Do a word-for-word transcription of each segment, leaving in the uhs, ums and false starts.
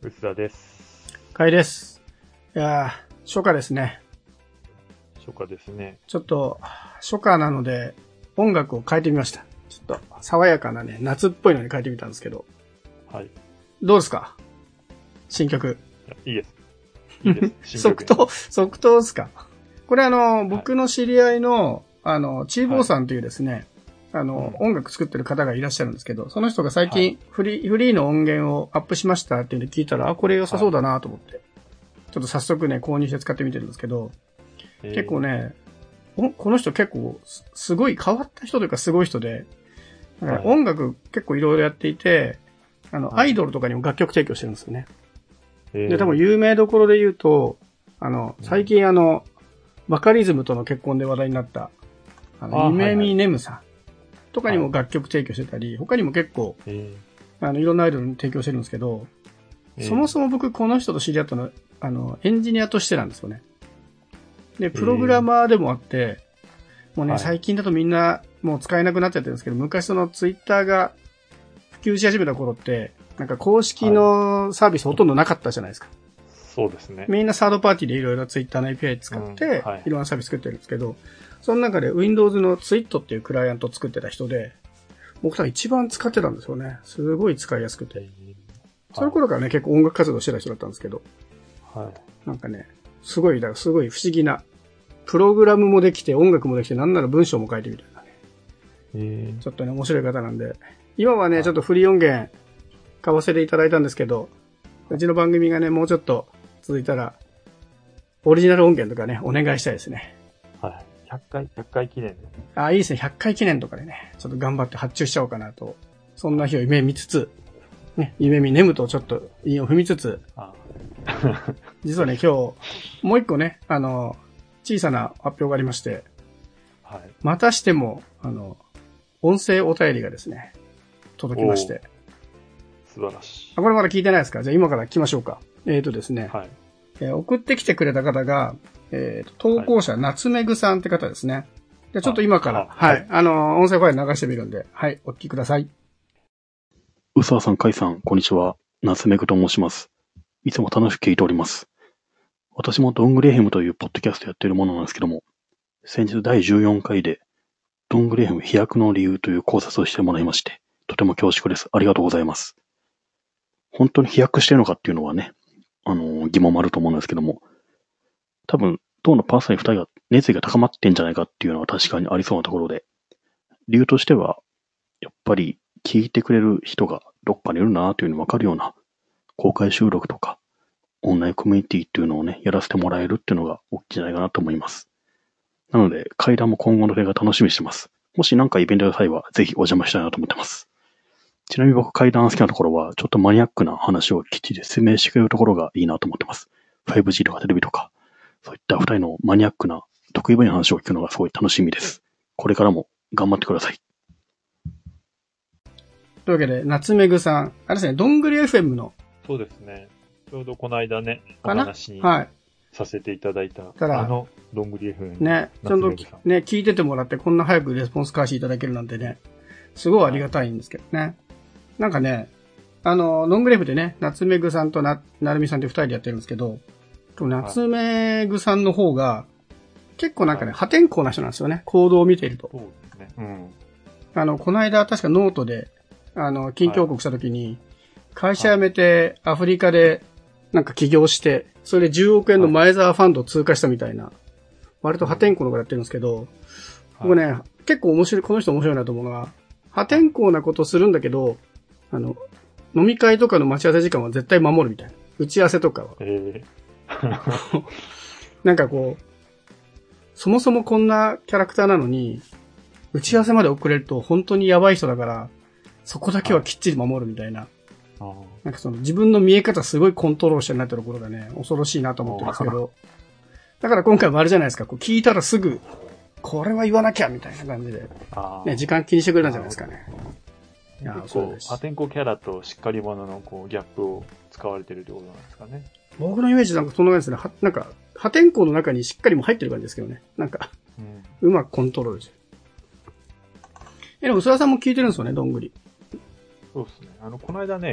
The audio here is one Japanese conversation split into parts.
薄田です。 かいです。いやー、初夏ですね。 初夏ですね。 ちょっと、初夏なので、音楽を変えてみました。ちょっと、爽やかなね、夏っぽいのに変えてみたんですけど。 はい。 どうですか？新曲。 いいです。いいです。 即答、即答ですか？これあの、僕の知り合いの、あの、チーボーさんというですね、はい、あの、うん、音楽作ってる方がいらっしゃるんですけど、その人が最近フリー、はい、フリーの音源をアップしましたっていうのを聞いたら、あ、これ良さそうだなと思って、はい、ちょっと早速ね、購入して使ってみてるんですけど、結構ね、この人結構すごい変わった人というかすごい人で、はい、音楽結構いろいろやっていて、あの、はい、アイドルとかにも楽曲提供してるんですよね。で、多分有名どころで言うと、あの、最近あの、バカリズムとの結婚で話題になった、あの、夢見ねむさんとかにも楽曲提供してたり、はい、他にも結構、あの、いろんなアイドルに提供してるんですけど、そもそも僕この人と知り合ったのは、あの、エンジニアとしてなんですよね。で、プログラマーでもあって、もうね、はい、最近だとみんなもう使えなくなっちゃってるんですけど、昔そのツイッターが普及し始めた頃って、なんか公式のサービスほとんどなかったじゃないですか。 そうですね。 みんなサードパーティーでいろいろツイッターの エーピーアイ 使って、うんはい、いろんなサービス作ってるんですけど、その中で Windows の ツイート っていうクライアントを作ってた人で、僕多分一番使ってたんですよね。すごい使いやすくて。はい、その頃からね、結構音楽活動してた人だったんですけど、はい、なんかね、すごい、だからすごい不思議な、プログラムもできて、音楽もできて、なんなら文章も書いてみたいなね。えー、ちょっとね、面白い方なんで、今はね、ちょっとフリー音源買わせていただいたんですけど、うちの番組がね、もうちょっと続いたら、オリジナル音源とかね、お願いしたいですね。 はい。ひゃっかい、ひゃっかい記念で。 あ、いいですね。ひゃっかい記念とかでね、ちょっと頑張って発注しちゃおうかなと。そんな日を夢見つつ、ね、夢見ねむとちょっと韻を踏みつつ、あ実はね、今日、もう一個ね、あの、小さな発表がありまして、はい。またしても、あの、音声お便りがですね、届きまして。 素晴らしい。 あ、これまだ聞いてないですか？じゃあ今から聞きましょうか。えーとですね、はい。えー、送ってきてくれた方が、えーと、投稿者、はい、夏めぐさんって方ですね。じゃあちょっと今から、はい、はい、あの、音声ファイル流してみるんで、はい、お聞きください。 うさわさん、かいさん、こんにちは。夏めぐと申します。いつも楽しく聞いております。私もどんぐりエフエムというポッドキャストやっているものなんですけども、先日だいじゅうよんかいで、どんぐりエフエム飛躍の理由という考察をしてもらいまして、とても恐縮です。ありがとうございます。本当に飛躍してるのかっていうのはね、あの、疑問もあると思うんですけども、多分、当のパーソナリティふたりが熱意が高まってんじゃないかっていうのは確かにありそうなところで、理由としては、やっぱり聞いてくれる人がどっかにいるなというのがわかるような公開収録とか、オンラインコミュニティっていうのをね、やらせてもらえるっていうのが大きいんじゃないかなと思います。なので、会談も今後の例が楽しみにしてます。もし何かイベントの際は、ぜひお邪魔したいなと思ってます。ちなみに僕、会談好きなところは、ちょっとマニアックな話をきっちり説明してくれるところがいいなと思ってます。ファイブジー とかテレビとか、そういった二人のマニアックな得意分野の話を聞くのがすごい楽しみです。これからも頑張ってください。 というわけで、夏めぐさん、あれですね、どんぐり エフエム の。 そうですね。ちょうどこの間ね、お話にさせていただいた、はい、あの、どんぐり エフエム。 ね、ちょっとね、聞いててもらって、こんな早くレスポンス返していただけるなんてね、すごいありがたいんですけどね。はい、なんかね、あの、どんぐり エフエム でね、夏めぐさんとな、なるみさんって二人でやってるんですけど、夏めぐさんの方が、結構なんかね、はい、破天荒な人なんですよね、行動を見ていると。そうですね。うん。あの、この間、確かノートで、あの、近況報告したときに、はい、会社辞めて、アフリカで、なんか起業して、それでじゅうおくえんの前澤ファンドを通過したみたいな、割と破天荒なことやってるんですけど、はい、僕ね、結構面白い、この人面白いなと思うのは、破天荒なことするんだけど、あの、飲み会とかの待ち合わせ時間は絶対守るみたいな。打ち合わせとかは。えー、なんかこう、そもそもこんなキャラクターなのに、打ち合わせまで遅れると本当にやばい人だから、そこだけはきっちり守るみたいな。なんかその自分の見え方すごいコントロールしてるなってところがね、恐ろしいなと思ってるんですけど。だから今回もあれじゃないですか、こう聞いたらすぐ、これは言わなきゃみたいな感じで、ね、時間気にしてくれたんじゃないですかね。 いや、そうです。破天荒キャラとしっかり者のこうギャップを使われてるってことなんですかね。 僕のイメージなんかそんな感じですね。はなんか、破天荒の中にしっかりも入ってる感じですけどね。なんか、うん、うまくコントロールしてる。え、でも、諏訪さんも聞いてるんですよね、どんぐり。 そうですね。あの、この間ね、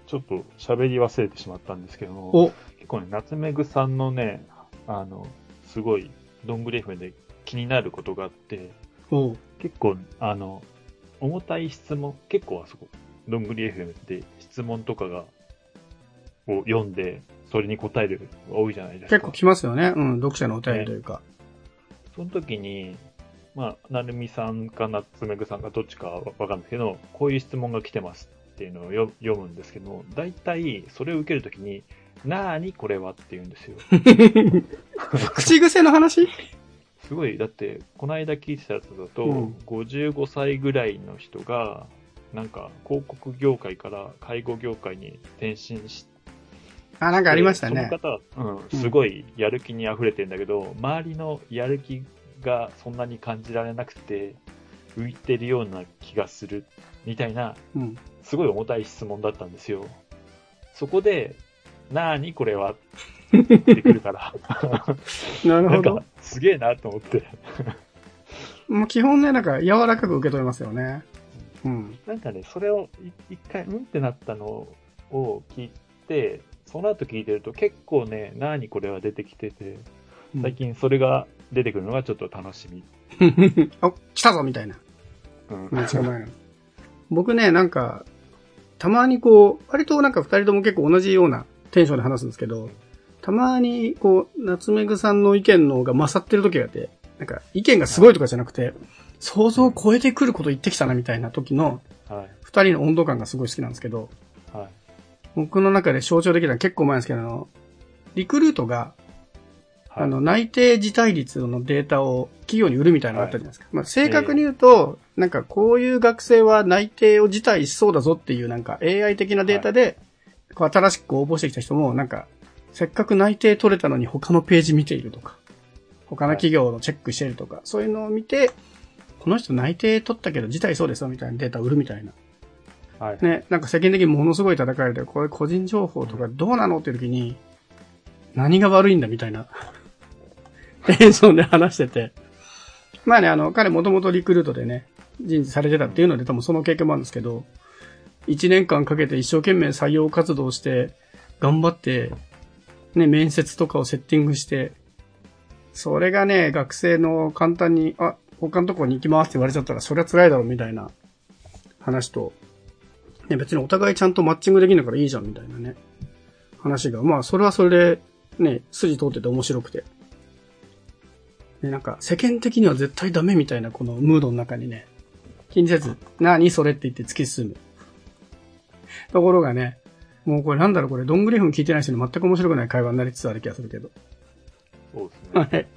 ちょっと喋り忘れてしまったんですけども、結構ね、夏目ぐさんのね、あの、すごい、どんぐり エフエム で気になることがあって、結構、あの、重たい質問、結構あそこ、どんぐり エフエム って質問とかが、を読んで、それに答えるが多いじゃないですか。 結構来ますよね。うん、読者のお便りというか。ね、 その時に、まあ、なるみさんかなつめぐさんかどっちかわかんないけど、こういう質問が来てますっていうのを読むんですけど、大体それを受けるときに、なーにこれはって言うんですよ。 口癖の話？ すごい、だって、この間聞いてたやつだと、うん、ごじゅうごさいぐらいの人が、なんか、広告業界から介護業界に転身して、 あ、なんかありましたね。 その方は、うん、すごいやる気に溢れてるんだけど、うん、周りのやる気がそんなに感じられなくて、浮いてるような気がする、みたいな、うん、すごい重たい質問だったんですよ。そこで、なーにこれはって言ってくるから。 なるほど。 なんか、すげえなと思って。 もう基本ね、なんか柔らかく受け止めますよね。 うん。なんかね、それを一回、うんってなったのを聞いて、その後聞いてると結構ね、なーにこれは出てきてて、最近それが出てくるのがちょっと楽しみ。 あ、来たぞみたいな。うん。めっちゃ前の。僕ね、なんか、たまにこう、割となんか二人とも結構同じようなテンションで話すんですけど、たまにこう、夏目ぐさんの意見の方が勝ってる時があって、なんか意見がすごいとかじゃなくて、想像を超えてくること言ってきたなみたいな時の、二人の温度感がすごい好きなんですけど、はい、僕の中で象徴的なのは結構前ですけど、あの、リクルートが、はい、あの、内定辞退率のデータを企業に売るみたいなのがあったじゃないですか。はい、まあ、正確に言うと、えー、なんかこういう学生は内定を辞退しそうだぞっていうなんか エーアイ 的なデータで、はい、こう新しく応募してきた人もなんか、せっかく内定取れたのに他のページ見ているとか、他の企業のチェックしているとか、はい、そういうのを見て、この人内定取ったけど辞退そうですよみたいなデータを売るみたいな。はい。ね、なんか世間的にものすごい叩かれて、これ個人情報とかどうなのっていう時に、何が悪いんだみたいな演奏で話してて。まあね、あの、彼もともとリクルートでね、人事されてたっていうので多分その経験もあるんですけど、一年間かけて一生懸命採用活動して、頑張って、ね、面接とかをセッティングして、それがね、学生の簡単に、あ、他のところに行きますって言われちゃったら、それは辛いだろうみたいな話と、ね、別にお互いちゃんとマッチングできるからいいじゃんみたいなね、話が、まあ、それはそれで、ね、筋通ってて面白くて。ね、なんか、世間的には絶対ダメみたいなこのムードの中にね、気にせず、何それって言って突き進む。ところがね、もうこれなんだろうこれ、どんぐりふん聞いてない人に全く面白くない会話になりつつある気がするけど。 そうですね。はい。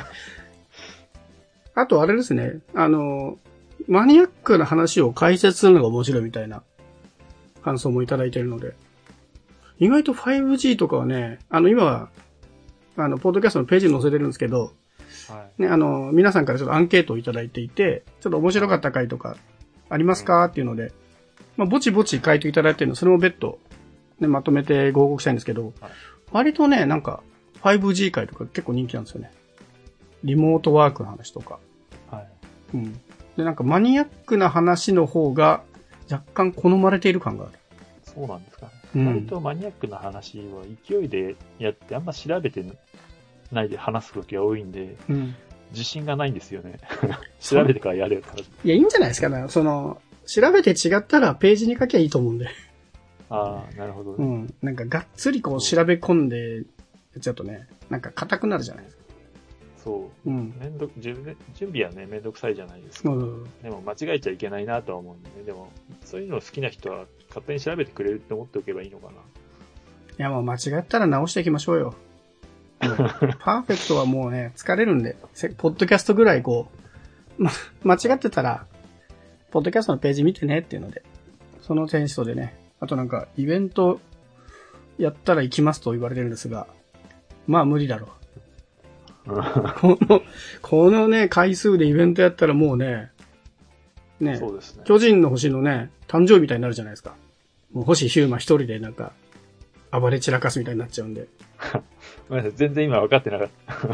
あとあれですね、あの、マニアックな話を解説するのが面白いみたいな感想もいただいているので、意外と ファイブジー とかはね、あの今は、あの、ポッドキャストのページに載せてるんですけど、はい、ね、あの、皆さんからちょっとアンケートをいただいていて、ちょっと面白かった回とかありますかっていうので、まあ、ぼちぼち回答いただいてるの、それも別途、ね、まとめてご報告したいんですけど、はい、割とね、なんか、ファイブジー 回とか結構人気なんですよね。リモートワークの話とか。はい。うん。で、なんかマニアックな話の方が若干好まれている感がある。 そうなんですかね。うん、割とマニアックな話は勢いでやってあんま調べてないで話す時が多いんで、うん、自信がないんですよね。調べてからやれよって話。 いや、いいんじゃないですかね。その、調べて違ったらページに書きゃいいと思うんで。 ああ、なるほど、 ね。うん。なんかがっつりこう調べ込んで、やっちゃうとね、なんか硬くなるじゃないですか。 そう。うん。めんどく、準備はね、めんどくさいじゃないですか。うん。でも間違えちゃいけないなとは思うんでね。でも、そういうの好きな人は勝手に調べてくれるって思っておけばいいのかな。いや、もう間違ったら直していきましょうよ。パーフェクトはもうね、疲れるんで、ポッドキャストぐらいこう、ま、間違ってたら、ポッドキャストのページ見てねっていうので、そのテンストでね、あとなんか、イベントやったら行きますと言われてるんですが、まあ無理だろう。この、このね、回数でイベントやったらもうね、ね、そうですね。巨人の星のね、誕生日みたいになるじゃないですか。もう星ヒューマ一人でなんか、暴れ散らかすみたいになっちゃうんで。 ごめんなさい、全然今分かってなかった。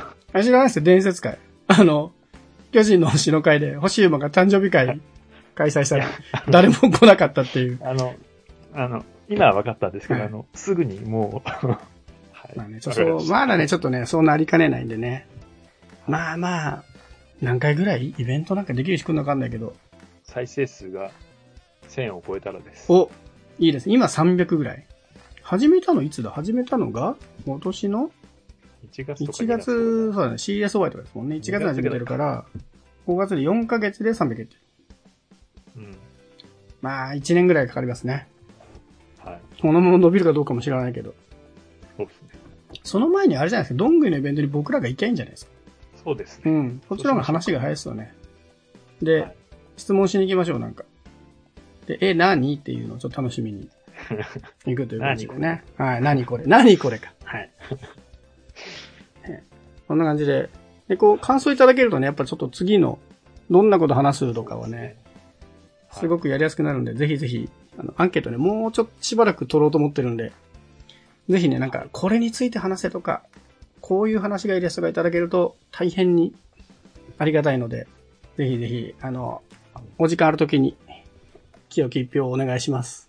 あ、知らないですよ、伝説会。あの、巨人の星の会で、星ヒューマが誕生日会開催したら、誰も来なかったっていう。 あの、 あの、今は分かったんですけど、はい、あの、すぐにもう、はい。 まあね、ちょっと、まだね、ちょっとね、そうなりかねないんでね。まあまあ、何回ぐらいイベントなんかできるしくんのかんないけど。 再生数がせんを超えたらです。 お、いいですね。今さんびゃくぐらい。始めたのいつだ始めたのが今年のいちがつとかいちがつ、そうだね。シーエスワイ とかですもんね。いちがつに始めてるから、ごがつでよんかげつでさんびゃくいってる。うん。まあ、いちねんぐらいかかりますね。はい。このまま伸びるかどうかも知らないけど。 そうですね。 その前にあれじゃないですか。どんぐりのイベントに僕らが行きゃいいんじゃないですか。 そうですね。 うん。こっちの方が話が早いですよね。で、はい、質問しに行きましょう、なんか。で、え、何っていうのをちょっと楽しみに行くという感じでね。はい、何これ。何これか。はい。こんな感じで。で、こう、感想いただけるとね、やっぱちょっと次の、どんなこと話すとかはね、すごくやりやすくなるんで、ぜひぜひ、あの、アンケートね、もうちょっとしばらく取ろうと思ってるんで、ぜひね、なんか、これについて話せとか、こういう話がいいですとかいただけると、大変にありがたいので、ぜひぜひ、あの、お時間あるときに、清き一票をお願いします。